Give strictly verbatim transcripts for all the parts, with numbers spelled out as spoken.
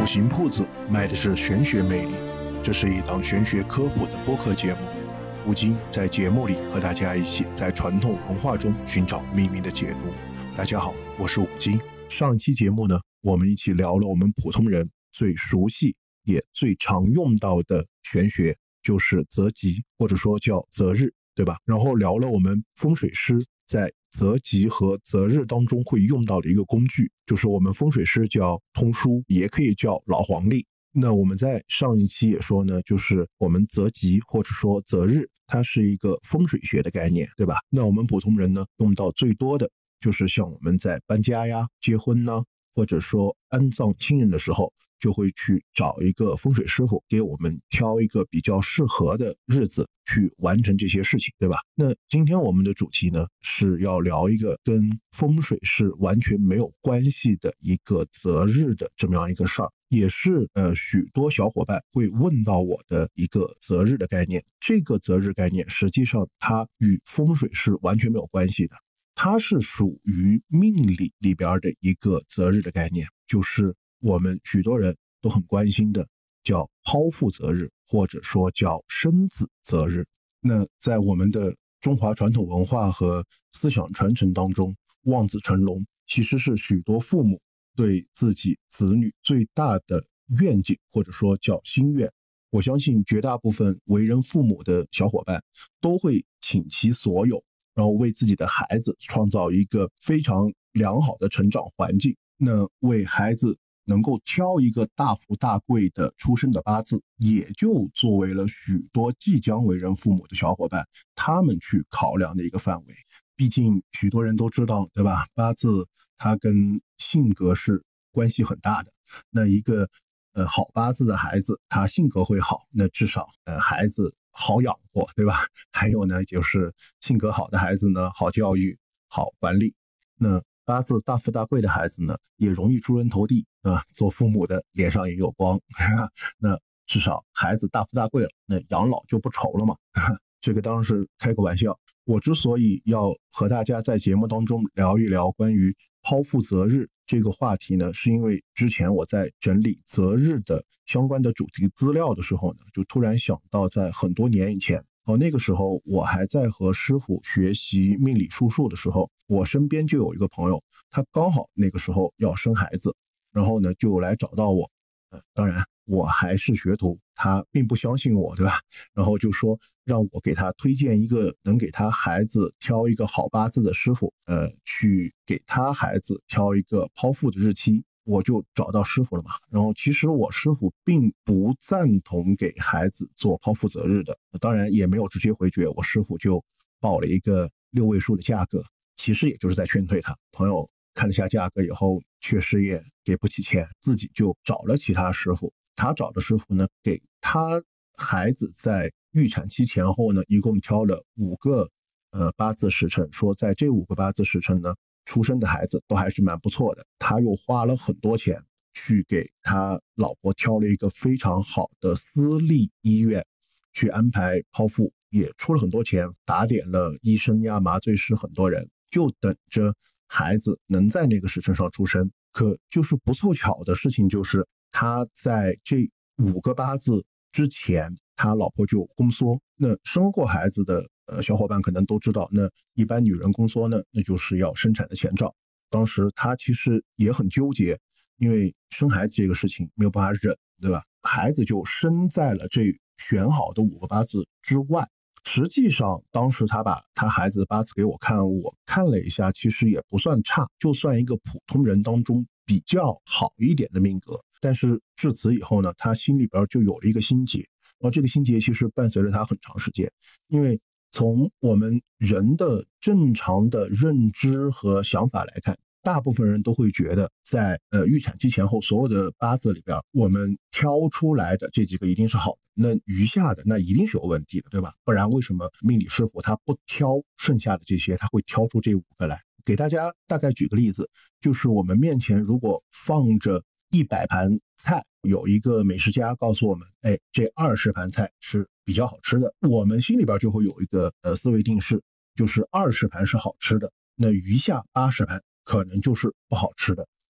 五行铺子卖的是玄学魅力，这是一档玄学科普的播客节目。吴京在节目里和大家一起在传统文化中寻找秘密的解读。大家好，我是吴京。上一期节目呢，我们一起聊了我们普通人最熟悉也最常用到的玄学，就是择吉，或者说叫择日，对吧？然后聊了我们风水师在择吉和择日当中会用到的一个工具，就是我们风水师叫通书，也可以叫老黄历。那我们在上一期也说呢，就是我们择吉或者说择日，它是一个风水学的概念，对吧？那我们普通人呢，用到最多的就是像我们在搬家呀、结婚呢，或者说安葬亲人的时候，就会去找一个风水师傅给我们挑一个比较适合的日子去完成这些事情，对吧？那今天我们的主题呢，是要聊一个跟风水是完全没有关系的一个择日的这么样一个事儿，也是呃许多小伙伴会问到我的一个择日的概念。这个择日概念实际上它与风水是完全没有关系的，它是属于命理里边的一个择日的概念，就是我们许多人都很关心的叫剖腹择日，或者说叫生子择日。那在我们的中华传统文化和思想传承当中，望子成龙其实是许多父母对自己子女最大的愿景，或者说叫心愿。我相信绝大部分为人父母的小伙伴都会倾其所有，然后为自己的孩子创造一个非常良好的成长环境。那为孩子能够挑一个大富大贵的出生的八字，也就作为了许多即将为人父母的小伙伴他们去考量的一个范围。毕竟许多人都知道，对吧？八字它跟性格是关系很大的。那一个呃好八字的孩子，他性格会好，那至少呃孩子好养活，对吧？还有呢，就是性格好的孩子呢，好教育、好管理。那八字大富大贵的孩子呢，也容易出人头地啊，做父母的脸上也有光。那至少孩子大富大贵了，那养老就不愁了嘛。这个当然是开个玩笑。我之所以要和大家在节目当中聊一聊关于剖腹择日这个话题呢，是因为之前我在整理择日的相关的主题资料的时候呢，就突然想到在很多年以前，哦，那个时候我还在和师傅学习命理术数的时候，我身边就有一个朋友，他刚好那个时候要生孩子，然后呢就来找到我。呃，当然我还是学徒，他并不相信我，对吧？然后就说让我给他推荐一个能给他孩子挑一个好八字的师傅，呃，去给他孩子挑一个剖腹的日期。我就找到师傅了嘛。然后其实我师傅并不赞同给孩子做剖腹择日的，当然也没有直接回绝，我师傅就报了一个六位数的价格，其实也就是在劝退他。朋友看了下价格以后，确实也给不起钱，自己就找了其他师傅。他找的师傅呢，给他孩子在预产期前后呢，一共挑了五个呃八字时辰，说在这五个八字时辰呢，出生的孩子都还是蛮不错的。他又花了很多钱去给他老婆挑了一个非常好的私立医院去安排剖腹，也出了很多钱，打点了医生呀、麻醉师很多人，就等着孩子能在那个时辰上出生。可就是不凑巧的事情，就是他在这五个八字之前，他老婆就宫缩。那生过孩子的呃小伙伴可能都知道，那一般女人宫缩呢，那就是要生产的前兆。当时他其实也很纠结，因为生孩子这个事情没有办法忍，对吧？孩子就生在了这选好的五个八字之外。实际上当时他把他孩子的八字给我看，我看了一下，其实也不算差，就算一个普通人当中比较好一点的命格。但是至此以后呢，他心里边就有了一个心结，然后这个心结其实伴随了他很长时间。因为从我们人的正常的认知和想法来看，大部分人都会觉得在呃预产期前后所有的八字里边，我们挑出来的这几个一定是好的，那余下的那一定是有问题的，对吧？不然为什么命理师傅他不挑剩下的这些，他会挑出这五个来？给大家大概举个例子，就是我们面前如果放着一百盘菜，有一个美食家告诉我们，哎，这二十盘菜是比较好吃的，我们心里边就会有一个呃思维定式，就是二十盘是好吃的，那余下八十盘可能就是不好吃的。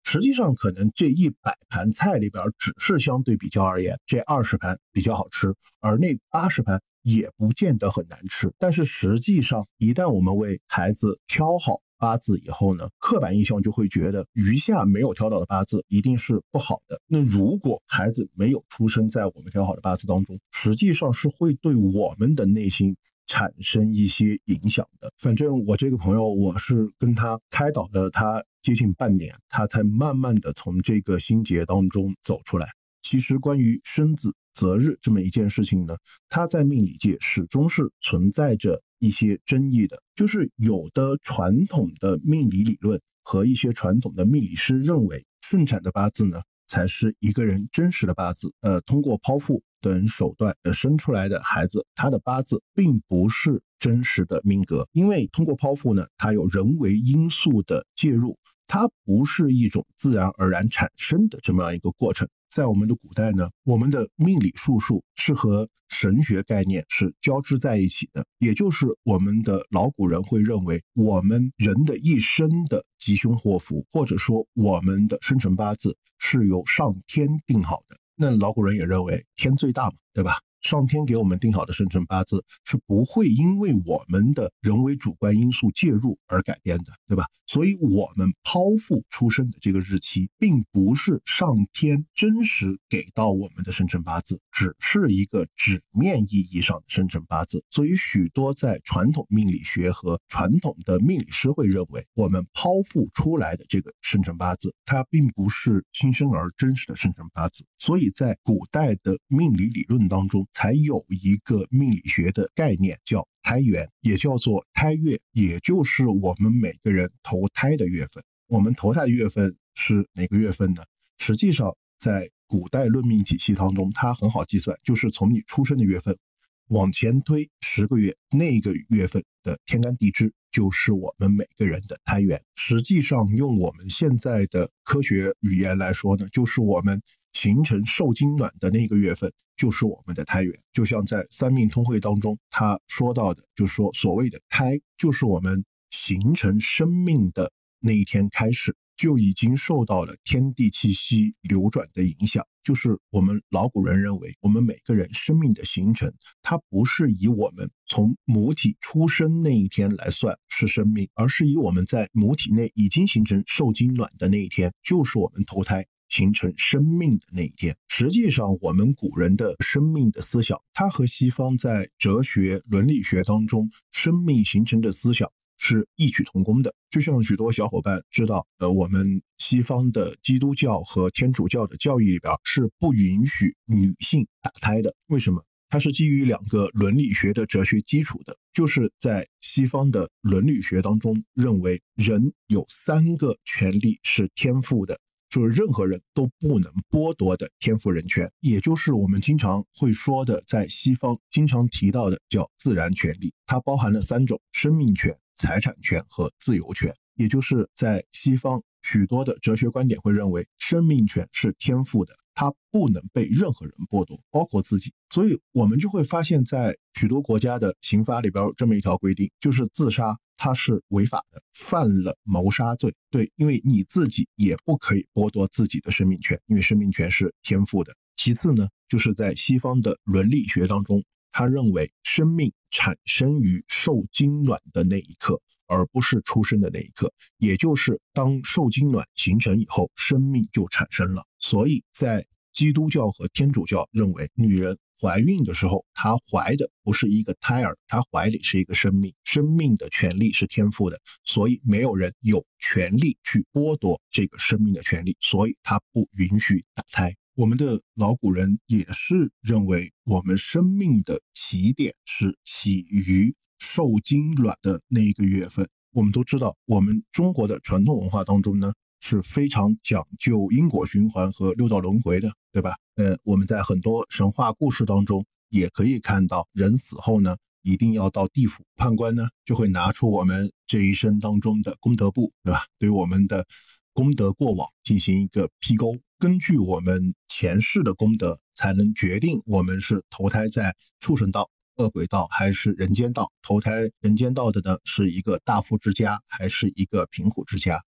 实际上可能这一百盘菜里边只是相对比较而言，这二十盘比较好吃，而那八十盘也不见得很难吃。但是实际上一旦我们为孩子挑好八字以后呢，刻板印象就会觉得余下没有挑到的八字一定是不好的。那如果孩子没有出生在我们挑好的八字当中，实际上是会对我们的内心产生一些影响的。反正我这个朋友，我是跟他开导了他接近半年，他才慢慢的从这个心结当中走出来。其实关于生子择日这么一件事情呢，它在命理界始终是存在着一些争议的。就是有的传统的命理理论和一些传统的命理师认为，顺产的八字呢才是一个人真实的八字，呃，通过剖腹等手段呃生出来的孩子，他的八字并不是真实的命格，因为通过剖腹呢，它有人为因素的介入，它不是一种自然而然产生的这么样一个过程。在我们的古代呢，我们的命理术数是和神学概念是交织在一起的，也就是我们的老古人会认为，我们人的一生的吉凶祸福，或者说我们的生辰八字是由上天定好的。那老古人也认为天最大嘛，对吧？上天给我们定好的生辰八字是不会因为我们的人为主观因素介入而改变的，对吧？所以我们剖腹出生的这个日期并不是上天真实给到我们的生辰八字，只是一个纸面意义上的生辰八字。所以许多在传统命理学和传统的命理师会认为，我们剖腹出来的这个生辰八字它并不是亲生儿真实的生辰八字。所以在古代的命理理论当中，才有一个命理学的概念叫胎元，也叫做胎月，也就是我们每个人投胎的月份。我们投胎的月份是哪个月份呢？实际上在古代论命体系当中，它很好计算，就是从你出生的月份往前推十个月，那个月份的天干地支就是我们每个人的胎元。实际上用我们现在的科学语言来说呢，就是我们形成受精卵的那个月份就是我们的胎元。就像在三命通会当中他说到的，就是说所谓的胎就是我们形成生命的那一天开始就已经受到了天地气息流转的影响。就是我们老古人认为，我们每个人生命的形成，它不是以我们从母体出生那一天来算是生命，而是以我们在母体内已经形成受精卵的那一天，就是我们投胎形成生命的那一天。实际上我们古人的生命的思想，它和西方在哲学伦理学当中生命形成的思想是异曲同工的。就像许多小伙伴知道，呃，我们西方的基督教和天主教的教义里边是不允许女性打胎的。为什么？它是基于两个伦理学的哲学基础的，就是在西方的伦理学当中认为，人有三个权利是天赋的，就是任何人都不能剥夺的天赋人权，也就是我们经常会说的，在西方经常提到的叫自然权利。它包含了三种：生命权、财产权和自由权。也就是在西方许多的哲学观点会认为，生命权是天赋的，它不能被任何人剥夺，包括自己。所以我们就会发现，在许多国家的刑法里边有这么一条规定，就是自杀它是违法的，犯了谋杀罪。对，因为你自己也不可以剥夺自己的生命权，因为生命权是天赋的。其次呢，就是在西方的伦理学当中，他认为生命产生于受精卵的那一刻，而不是出生的那一刻，也就是当受精卵形成以后，生命就产生了。所以在基督教和天主教认为，女人怀孕的时候，她怀的不是一个胎儿，她怀里是一个生命，生命的权利是天赋的，所以没有人有权利去剥夺这个生命的权利，所以她不允许打胎。我们的老古人也是认为，我们生命的起点是起于受精卵的那一个月份。我们都知道，我们中国的传统文化当中呢，是非常讲究因果循环和六道轮回的，对吧？呃，我们在很多神话故事当中也可以看到，人死后呢，一定要到地府，判官呢就会拿出我们这一生当中的功德簿，对吧？对我们的功德过往进行一个批勾，根据我们前世的功德，才能决定我们是投胎在畜生道、恶鬼道还是人间道。投胎人间道的呢，是一个大富之家还是一个贫苦之家，对吧？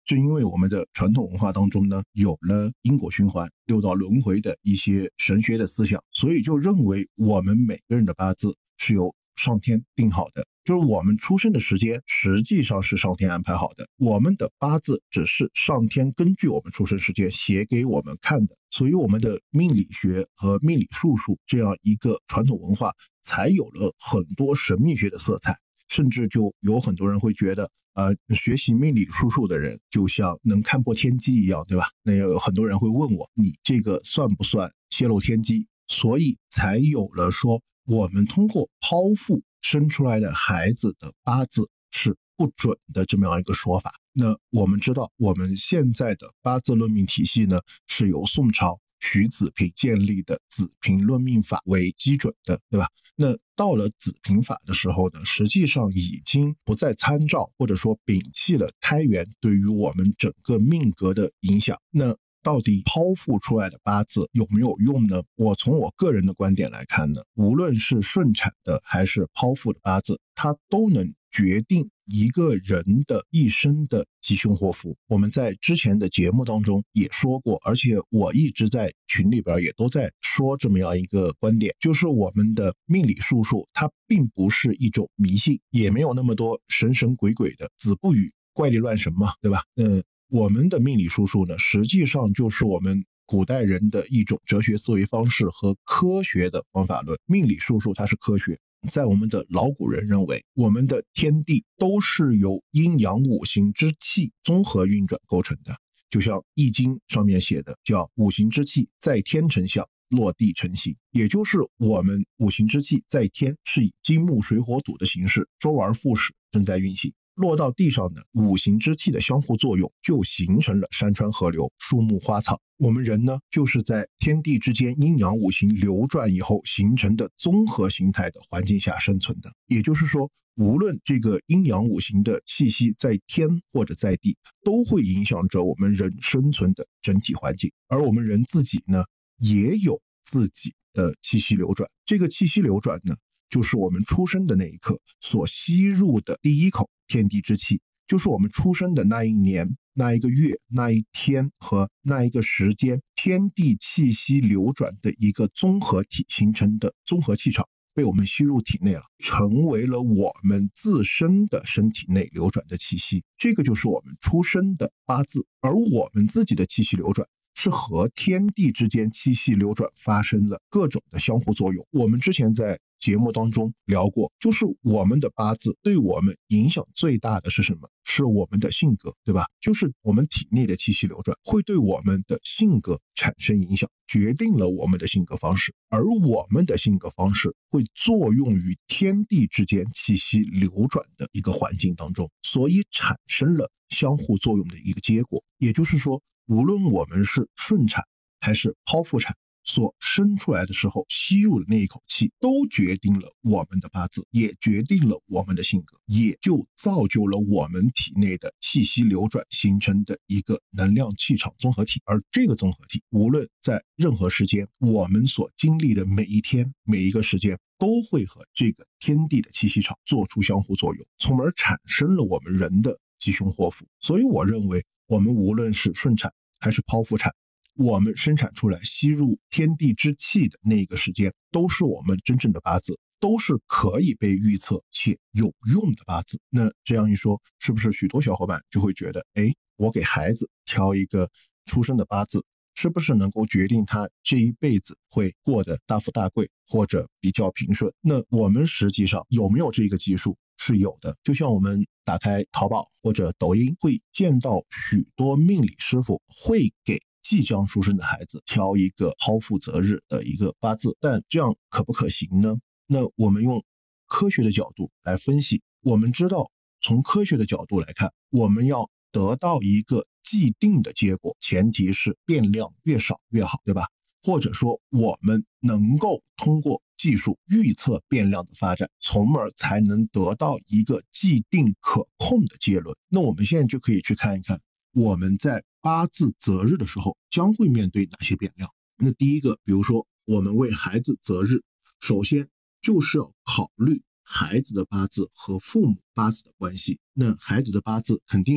正因为我们的传统文化当中呢，有了因果循环、六道轮回的一些神学的思想，所以就认为我们每个人的八字是由上天定好的，就是我们出生的时间实际上是上天安排好的，我们的八字只是上天根据我们出生时间写给我们看的，所以我们的命理学和命理术数这样一个传统文化才有了很多神秘学的色彩，甚至就有很多人会觉得呃，学习命理术数的人就像能看破天机一样，对吧？那有很多人会问我，你这个算不算泄露天机？所以才有了说我们通过剖腹生出来的孩子的八字是不准的这么样一个说法。那我们知道我们现在的八字论命体系呢，是由宋朝徐子平建立的子平论命法为基准的，对吧？那到了子平法的时候呢，实际上已经不再参照或者说摒弃了胎元对于我们整个命格的影响。那到底剖腹出来的八字有没有用呢？我从我个人的观点来看呢，无论是顺产的还是剖腹的八字，它都能决定一个人的一生的吉凶祸福。我们在之前的节目当中也说过，而且我一直在群里边也都在说这么样一个观点，就是我们的命理术数它并不是一种迷信，也没有那么多神神鬼鬼的，子不语怪力乱神嘛，对吧？嗯。我们的命理术数呢，实际上就是我们古代人的一种哲学思维方式和科学的方法论。命理术数它是科学，在我们的老古人认为，我们的天地都是由阴阳五行之气综合运转构成的，就像易经上面写的叫五行之气在天成象，落地成形，也就是我们五行之气在天是以金木水火土的形式周而复始正在运行，落到地上的五行之气的相互作用，就形成了山川河流、树木花草。我们人呢，就是在天地之间阴阳五行流转以后形成的综合形态的环境下生存的。也就是说，无论这个阴阳五行的气息在天或者在地，都会影响着我们人生存的整体环境。而我们人自己呢，也有自己的气息流转。这个气息流转呢，就是我们出生的那一刻所吸入的第一口天地之气，就是我们出生的那一年、那一个月、那一天和那一个时间，天地气息流转的一个综合体形成的综合气场被我们吸入体内了，成为了我们自身的身体内流转的气息。这个就是我们出生的八字，而我们自己的气息流转是和天地之间气息流转发生了各种的相互作用。我们之前在节目当中聊过，就是我们的八字对我们影响最大的是什么？是我们的性格，对吧？就是我们体内的气息流转会对我们的性格产生影响，决定了我们的性格方式，而我们的性格方式会作用于天地之间气息流转的一个环境当中，所以产生了相互作用的一个结果。也就是说，无论我们是顺产还是剖腹产，所生出来的时候吸入的那一口气，都决定了我们的八字，也决定了我们的性格，也就造就了我们体内的气息流转形成的一个能量气场综合体。而这个综合体，无论在任何时间，我们所经历的每一天、每一个时间，都会和这个天地的气息场做出相互作用，从而产生了我们人的吉凶祸福。所以我认为，我们无论是顺产还是剖腹产，我们生产出来吸入天地之气的那个时间，都是我们真正的八字，都是可以被预测且有用的八字。那这样一说，是不是许多小伙伴就会觉得，诶，我给孩子挑一个出生的八字，是不是能够决定他这一辈子会过得大富大贵或者比较平顺？那我们实际上有没有这个技术？是有的。就像我们打开淘宝或者抖音，会见到许多命理师傅会给即将出生的孩子挑一个剖腹择日的一个八字，但这样可不可行呢？那我们用科学的角度来分析，我们知道从科学的角度来看，我们要得到一个既定的结果，前提是变量越少越好，对吧？或者说我们能够通过技术预测变量的发展，从而才能得到一个既定可控的结论。那我们现在就可以去看一看，我们在八字择日的时候将会面对哪些变量。那第一个，比如说我们为孩子择日，首先就是要考虑孩子的八字和父母八字的关系。那孩子的八字肯定是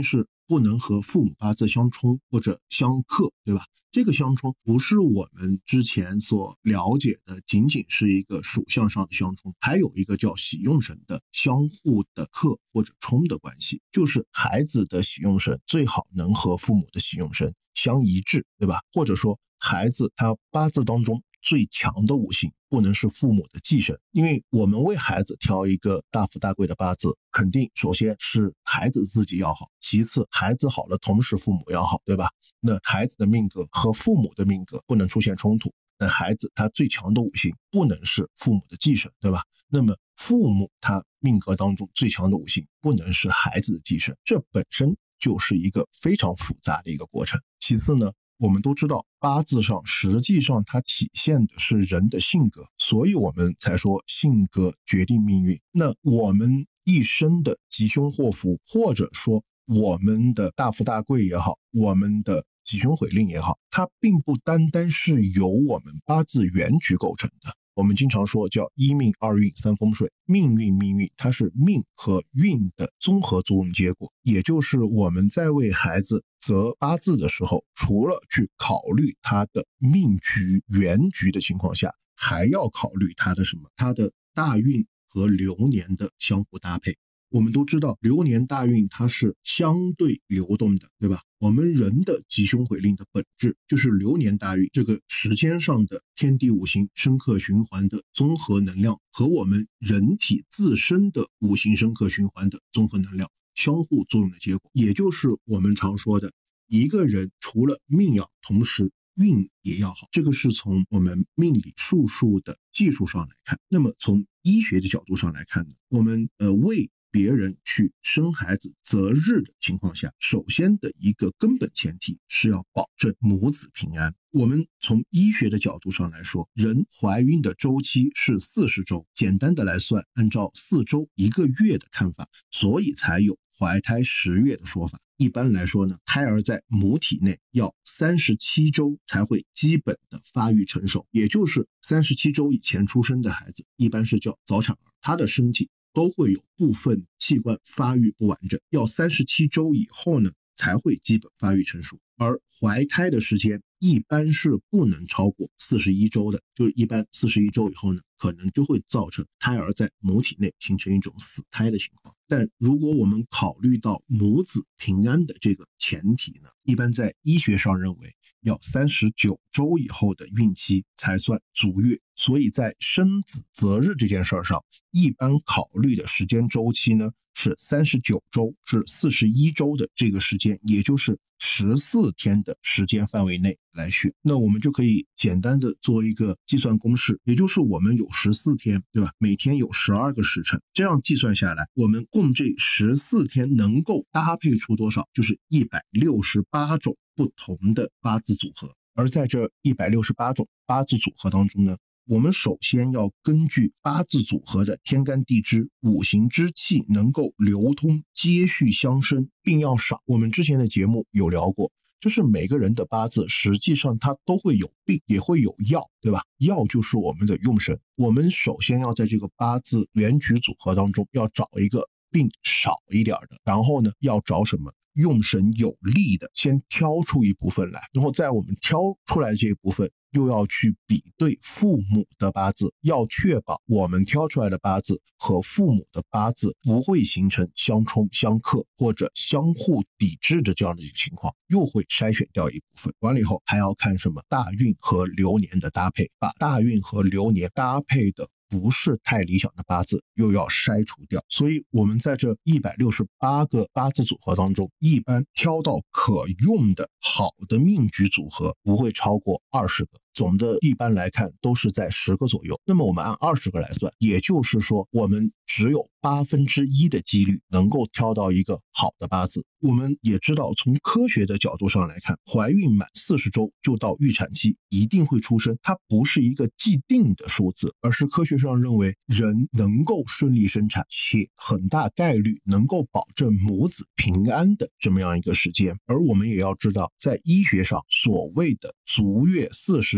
不能和父母八字相冲或者相克，对吧？这个相冲不是我们之前所了解的仅仅是一个属相上的相冲，还有一个叫喜用神的相互的克或者冲的关系，就是孩子的喜用神最好能和父母的喜用神相一致，对吧？或者说孩子他八字当中最强的五行不能是父母的忌神，因为我们为孩子挑一个大富大贵的八字，肯定首先是孩子自己要好，其次孩子好了同时父母要好，对吧？那孩子的命格和父母的命格不能出现冲突，那孩子他最强的五行不能是父母的忌神，对吧？那么父母他命格当中最强的五行不能是孩子的忌神，这本身就是一个非常复杂的一个过程。其次呢，我们都知道八字上实际上它体现的是人的性格，所以我们才说性格决定命运。那我们一生的吉凶祸福，或者说我们的大富大贵也好，我们的吉凶毁令也好，它并不单单是由我们八字原局构成的。我们经常说叫一命二运三风水，命运命运它是命和运的综合作用结果，也就是我们在为孩子择八字的时候，除了去考虑他的命局原局的情况下，还要考虑他的什么？他的大运和流年的相互搭配。我们都知道流年大运它是相对流动的，对吧？我们人的吉凶毁令的本质就是流年大运这个时间上的天地五行生克循环的综合能量和我们人体自身的五行生克循环的综合能量相互作用的结果，也就是我们常说的一个人除了命要同时运也要好，这个是从我们命理术数的技术上来看。那么从医学的角度上来看呢，我们呃为别人去生孩子择日的情况下，首先的一个根本前提是要保证母子平安。我们从医学的角度上来说，人怀孕的周期是四十周，简单的来算，按照四周一个月的看法，所以才有怀胎十月的说法。一般来说呢，胎儿在母体内要三十七周才会基本的发育成熟，也就是三十七周以前出生的孩子一般是叫早产儿，他的身体都会有部分器官发育不完整，要三十七周以后呢才会基本发育成熟。而怀胎的时间一般是不能超过四十一周的，就是一般四十一周以后呢，可能就会造成胎儿在母体内形成一种死胎的情况。但如果我们考虑到母子平安的这个前提呢，一般在医学上认为要三十九周以后的孕期才算足月，所以在生子择日这件事上，一般考虑的时间周期呢是三十九周至四十一周的这个时间，也就是十四天的时间范围内来选。那我们就可以简单的做一个计算公式，也就是我们有十四天，对吧？每天有十二个时辰，这样计算下来，我们共这十四天能够搭配出多少？就是一百六十八种不同的八字组合。而在这一百六十八种八字组合当中呢，我们首先要根据八字组合的天干地支、五行之气能够流通、接续相生，并要少。我们之前的节目有聊过，就是每个人的八字实际上它都会有病，也会有药，对吧？药就是我们的用神。我们首先要在这个八字原局组合当中要找一个病少一点的，然后呢要找什么用神有力的，先挑出一部分来，然后在我们挑出来的这一部分又要去比对父母的八字，要确保我们挑出来的八字和父母的八字不会形成相冲相克或者相互抵制的这样的一个情况，又会筛选掉一部分。完了以后还要看什么大运和流年的搭配，把大运和流年搭配的不是太理想的八字又要筛除掉。所以我们在这一百六十八个八字组合当中，一般挑到可用的好的命局组合不会超过二十个，总的一般来看都是在十个左右。那么我们按二十个来算，也就是说我们只有八分之一的几率能够挑到一个好的八字。我们也知道，从科学的角度上来看，怀孕满四十周就到预产期一定会出生，它不是一个既定的数字，而是科学上认为人能够顺利生产且很大概率能够保证母子平安的这么样一个时间。而我们也要知道，在医学上所谓的足月四十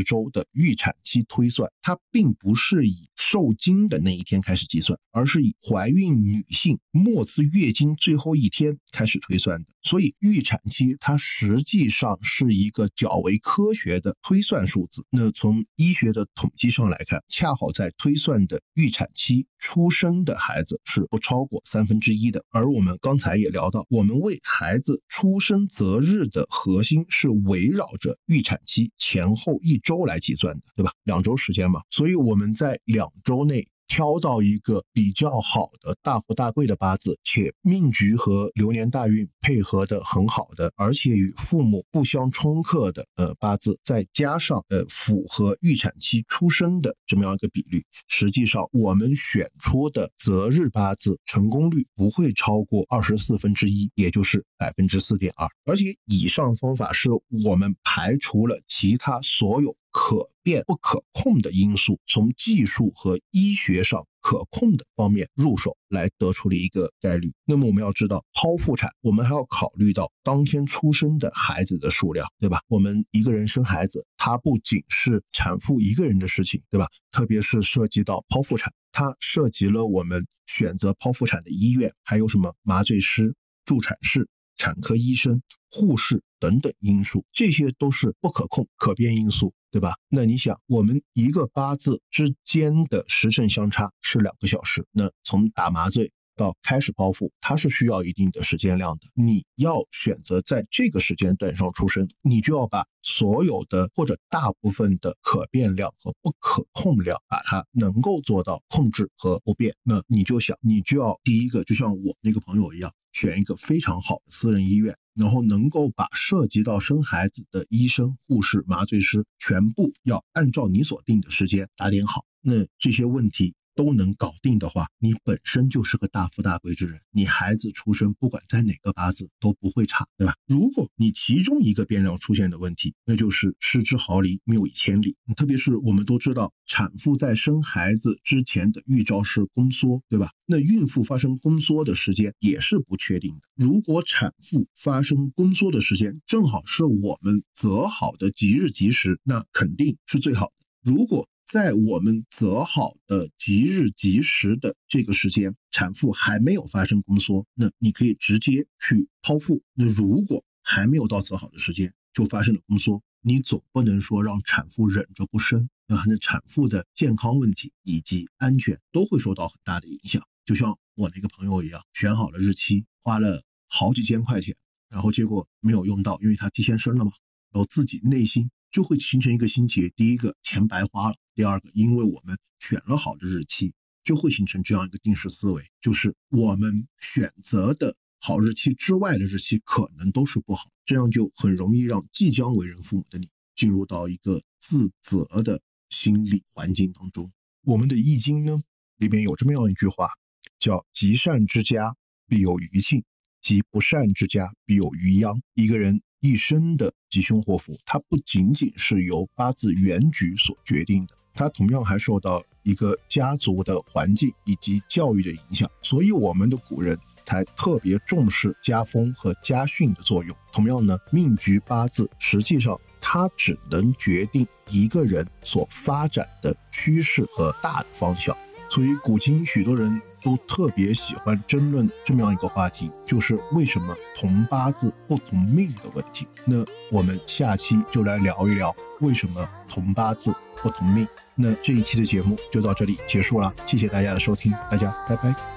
十周的预产期推算，它并不是以受精的那一天开始计算，而是以怀孕女性末次月经最后一天开始推算的。所以预产期它实际上是一个较为科学的推算数字。那从医学的统计上来看，恰好在推算的预产期出生的孩子是不超过三分之一的。而我们刚才也聊到，我们为孩子出生择日的核心是围绕着预产期前后一周来计算的，对吧？两周时间嘛，所以我们在两周内挑到一个比较好的大富大贵的八字，且命局和流年大运配合的很好的，而且与父母不相冲克的呃八字，再加上呃符合预产期出生的这么样一个比率，实际上我们选出的择日八字成功率不会超过二十四分之一，也就是百分之四点二。而且以上方法是我们排除了其他所有可变不可控的因素，从技术和医学上可控的方面入手来得出了一个概率。那么我们要知道，剖腹产我们还要考虑到当天出生的孩子的数量，对吧？我们一个人生孩子，它不仅是产妇一个人的事情，对吧？特别是涉及到剖腹产，它涉及了我们选择剖腹产的医院，还有什么麻醉师、助产士、产科医生、护士等等因素，这些都是不可控可变因素，对吧？那你想，我们一个八字之间的时辰相差是两个小时，那从打麻醉到开始剖腹，它是需要一定的时间量的。你要选择在这个时间段上出生，你就要把所有的或者大部分的可变量和不可控量把它能够做到控制和不变。那你就想，你就要第一个就像我那个朋友一样，选一个非常好的私人医院，然后能够把涉及到生孩子的医生、护士、麻醉师全部要按照你所定的时间打点好。那这些问题都能搞定的话，你本身就是个大富大贵之人，你孩子出生不管在哪个八字都不会差，对吧？如果你其中一个变量出现的问题，那就是失之毫厘，谬以千里。特别是我们都知道，产妇在生孩子之前的预兆是宫缩，对吧？那孕妇发生宫缩的时间也是不确定的。如果产妇发生宫缩的时间正好是我们择好的吉日吉时，那肯定是最好的。如果在我们择好的吉日吉时的这个时间，产妇还没有发生宫缩，那你可以直接去剖腹。那如果还没有到择好的时间就发生了宫缩，你总不能说让产妇忍着不生，那产妇的健康问题以及安全都会受到很大的影响。就像我那个朋友一样，选好了日期，花了好几千块钱，然后结果没有用到，因为他提前生了嘛，然后自己内心就会形成一个心结，第一个钱白花了，第二个因为我们选了好的日期，就会形成这样一个定式思维，就是我们选择的好日期之外的日期可能都是不好，这样就很容易让即将为人父母的你进入到一个自责的心理环境当中。我们的易经呢里面有这么样一句话，叫积善之家必有余庆，积不善之家必有余殃。一个人一生的吉凶祸福，它不仅仅是由八字原局所决定的，它同样还受到一个家族的环境以及教育的影响，所以我们的古人才特别重视家风和家训的作用。同样呢，命局八字实际上它只能决定一个人所发展的趋势和大的方向。所以古今许多人都特别喜欢争论这么样一个话题，就是为什么同八字不同命的问题。那我们下期就来聊一聊为什么同八字不同命。那这一期的节目就到这里结束了，谢谢大家的收听，大家拜拜。